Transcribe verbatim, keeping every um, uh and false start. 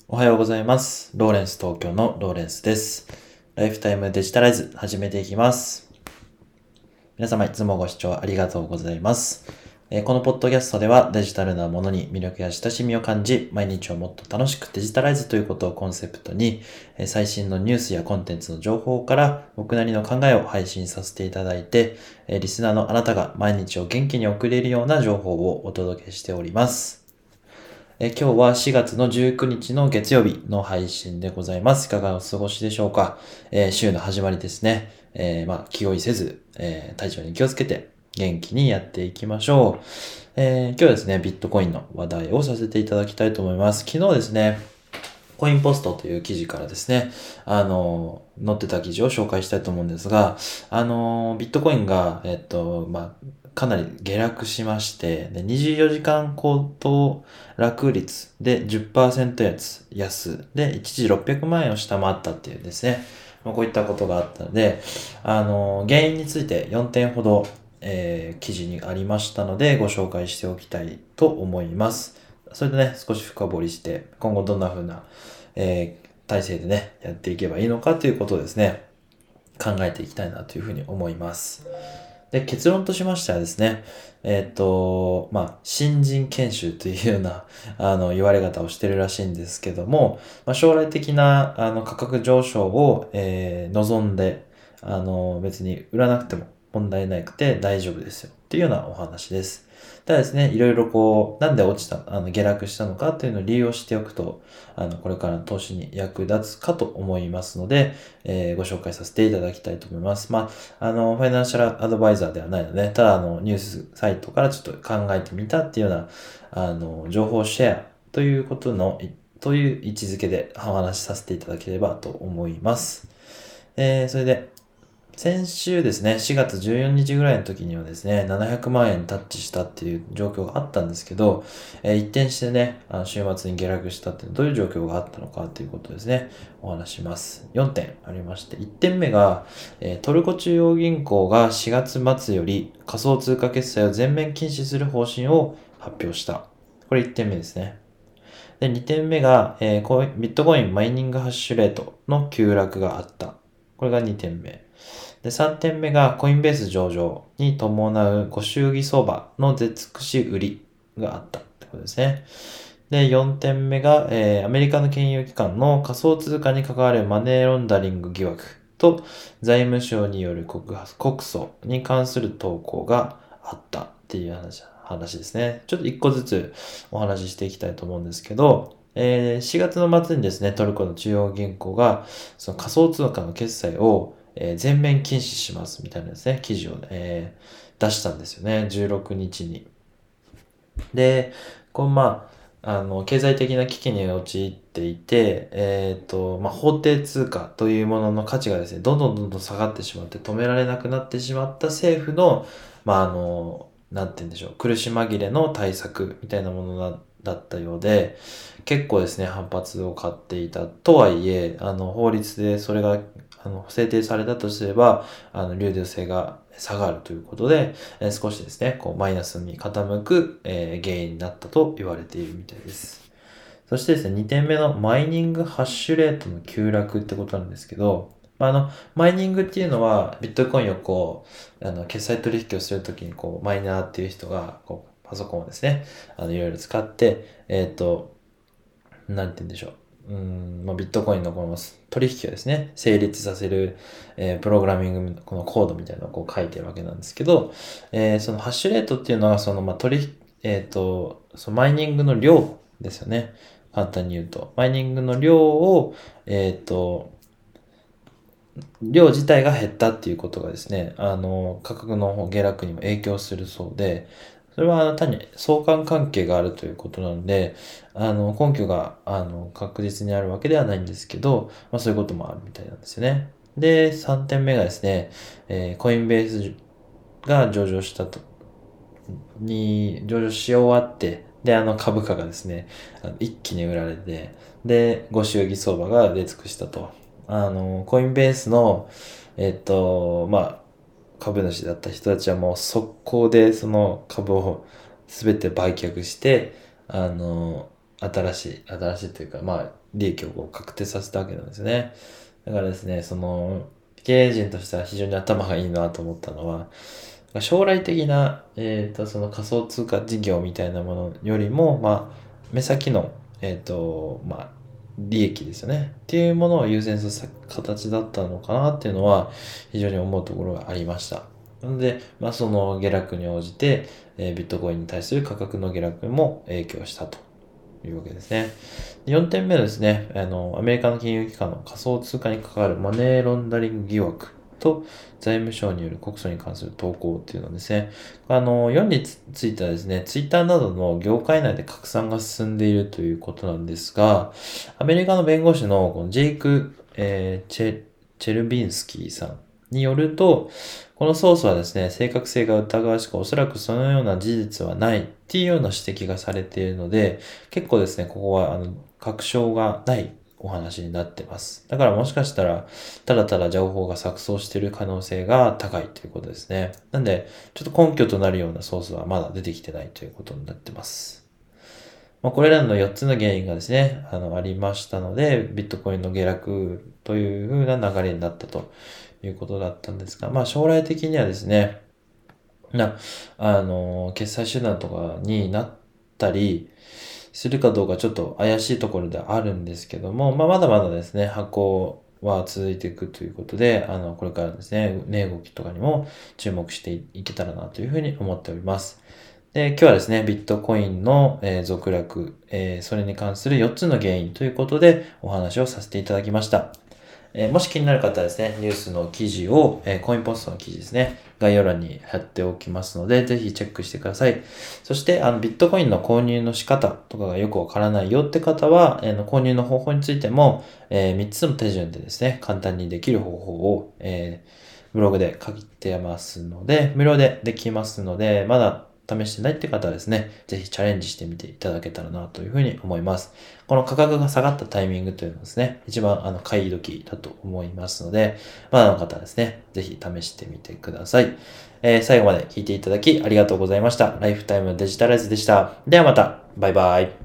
おはようございます。ローレンス東京のローレンスです。ライフタイムデジタライズ始めていきます。皆様いつもご視聴ありがとうございます。えーこのポッドキャストではデジタルなものに魅力や親しみを感じ、毎日をもっと楽しくデジタライズということをコンセプトに、えー最新のニュースやコンテンツの情報から僕なりの考えを配信させていただいて、えーリスナーのあなたが毎日を元気に送れるような情報をお届けしております。えー今日はしがつのじゅうくにちの月曜日の配信でございます。いかがお過ごしでしょうか。えー週の始まりですね。えーまあ、気負いせず、えー体調に気をつけて元気にやっていきましょう。えー今日はですね、ビットコインの話題をさせていただきたいと思います。昨日ですね、コインポストという記事からですね、あの、載ってた記事を紹介したいと思うんですが、あの、ビットコインが、えっと、まあ、かなり下落しまして、でにじゅうよじかん高騰落率でじゅっパーセント安、安で一時ろっぴゃくまん円を下回ったっていうですね、まあこういったことがあったので、あの、原因についてよんてんほど、えー記事にありましたので、ご紹介しておきたいと思います。それでね、少し深掘りして、今後どんな風な、えー体制でね、やっていけばいいのかということをですね、考えていきたいなというふうに思います。で、結論としましてはですね、えっ、と、まあ、新人研修というような、あの、言われ方をしてるらしいんですけども、まあ、将来的な、あの、価格上昇を、えー望んで、あの、別に売らなくても問題なくて大丈夫ですよっていうようなお話です。ただですね、いろいろこう、なんで落ちた、あの、下落したのかっていうのを理由を知っておくと、あの、これからの投資に役立つかと思いますので、えーご紹介させていただきたいと思います。まあ、あの、ファイナンシャルアドバイザーではないので、ただ、あの、ニュースサイトからちょっと考えてみたっていうような、あの、情報シェアということの、いという位置づけでお話しさせていただければと思います。えー、それで、先週ですね、しがつじゅうよっかぐらいの時にはですね、ななひゃくまん円タッチしたっていう状況があったんですけど、えー一転してね、あの週末に下落したっていうのはどういう状況があったのかということですね、お話します。よんてんありまして、いってんめが、えートルコ中央銀行がしがつ末より仮想通貨決済を全面禁止する方針を発表した。これいってんめですね。で、にてんめが、えーコインビットコインマイニングハッシュレートの急落があった。これがにてんめ。で、さんてんめがコインベース上場に伴うご祝儀相場の出尽くし売りがあったってことですね。で、よんてんめが、えーアメリカの金融機関の仮想通貨に関わるマネーロンダリング疑惑と財務省による告発告訴に関する投稿があったっていう話話ですね。ちょっと一個ずつお話ししていきたいと思うんですけど、えーしがつの末にですね、トルコの中央銀行がその仮想通貨の決済をえー全面禁止しますみたいなですね、記事を、えー出したんですよね。じゅうろくにちに。で、こうまあ、あの、経済的な危機に陥っていて、えっと、まあ、法定通貨というものの価値がですね、どんどんどんどん下がってしまって止められなくなってしまった政府の、まあ、あの、なんて言うんでしょう、苦し紛れの対策みたいなものだだったようで、結構ですね、反発を買っていた。とはいえ、あの、法律でそれが、あの、制定されたとすれば、あの、流動性が下がるということで、えー少しですね、こう、マイナスに傾く、えー原因になったと言われているみたいです。そしてですね、にてんめのマイニングハッシュレートの急落ってことなんですけど、まあ、あの、マイニングっていうのは、ビットコインをこう、あの、決済取引をするときに、こう、マイナーっていう人が、こう、パソコンをですね、あの、いろいろ使って、えっと、なんて言うんでしょう。うーん、まあ、ビットコインのこの取引をですね、成立させる、えープログラミングのこのコードみたいなのをこう書いてるわけなんですけど、えーそのハッシュレートっていうのは、その、まあ、取引、えっ、と、そのマイニングの量ですよね。簡単に言うと。マイニングの量を、えっ、と、量自体が減ったっていうことがですね、あの、価格の下落にも影響するそうで、それはあの単に相関関係があるということなので、あの、根拠が、あの、確実にあるわけではないんですけど、まあそういうこともあるみたいなんですよね。で、さんてんめがですね、えーコインベースが上場したと、に、上場し終わって、で、あの株価がですね、あの一気に売られて、で、ご祝儀相場が出尽くしたと。あの、コインベースの、えっと、まあ、株主だった人たちはもう速攻でその株を全て売却して、あの、 新しい、新しいというか、まあ、利益をこう確定させたわけなんですよね。だからですね、その、経営陣としては非常に頭がいいなと思ったのは、将来的な、えっと、その仮想通貨事業みたいなものよりも、まあ、目先の、えっと、まあ、利益ですよね。っていうものを優先させた形だったのかなっていうのは、非常に思うところがありました。なので、まあ、その下落に応じて、えービットコインに対する価格の下落も影響したというわけですね。よんてんめはですね、あの、アメリカの金融機関の仮想通貨に関わるマネーロンダリング疑惑と財務省による告訴に関する投稿っていうのはですね、あの、よんについてはですね、ツイッターなどの業界内で拡散が進んでいるということなんですが、アメリカの弁護士のこのジェイク、えーチェ、チェルビンスキーさんによると、このソースはですね、正確性が疑わしく、おそらくそのような事実はないっていうような指摘がされているので、結構ですね、ここは、あの、確証がないお話になってます。だからもしかしたら、ただただ情報が錯綜している可能性が高いということですね。なんで、ちょっと根拠となるようなソースはまだ出てきてないということになってます。まあ、これらのよっつの原因がですね、あの、ありましたので、ビットコインの下落という風な流れになったということだったんですが、まあ、将来的にはですね、な、あの、決済手段とかになったりするかどうかちょっと怪しいところではあるんですけども、まあ、まだまだですね、発行は続いていくということで、あの、これからですね、値動きとかにも注目していけたらなというふうに思っております。で、今日はですね、ビットコインの、えー続落、えーそれに関するよっつの原因ということでお話をさせていただきました。えーもし気になる方はですね、ニュースの記事を、えーコインポストの記事ですね、概要欄に貼っておきますので、ぜひチェックしてください。そして、あの、ビットコインの購入の仕方とかがよくわからないよって方は、えー購入の方法についても、えーみっつの手順でですね、簡単にできる方法を、えーブログで書いてますので、無料でできますので、まだ試してないって方はですね、ぜひチャレンジしてみていただけたらなというふうに思います。この価格が下がったタイミングというのはですね、一番あの買い時だと思いますので、まだの方はですね、ぜひ試してみてください。えー最後まで聞いていただきありがとうございました。ライフタイムデジタライズでした。ではまた、バイバイ。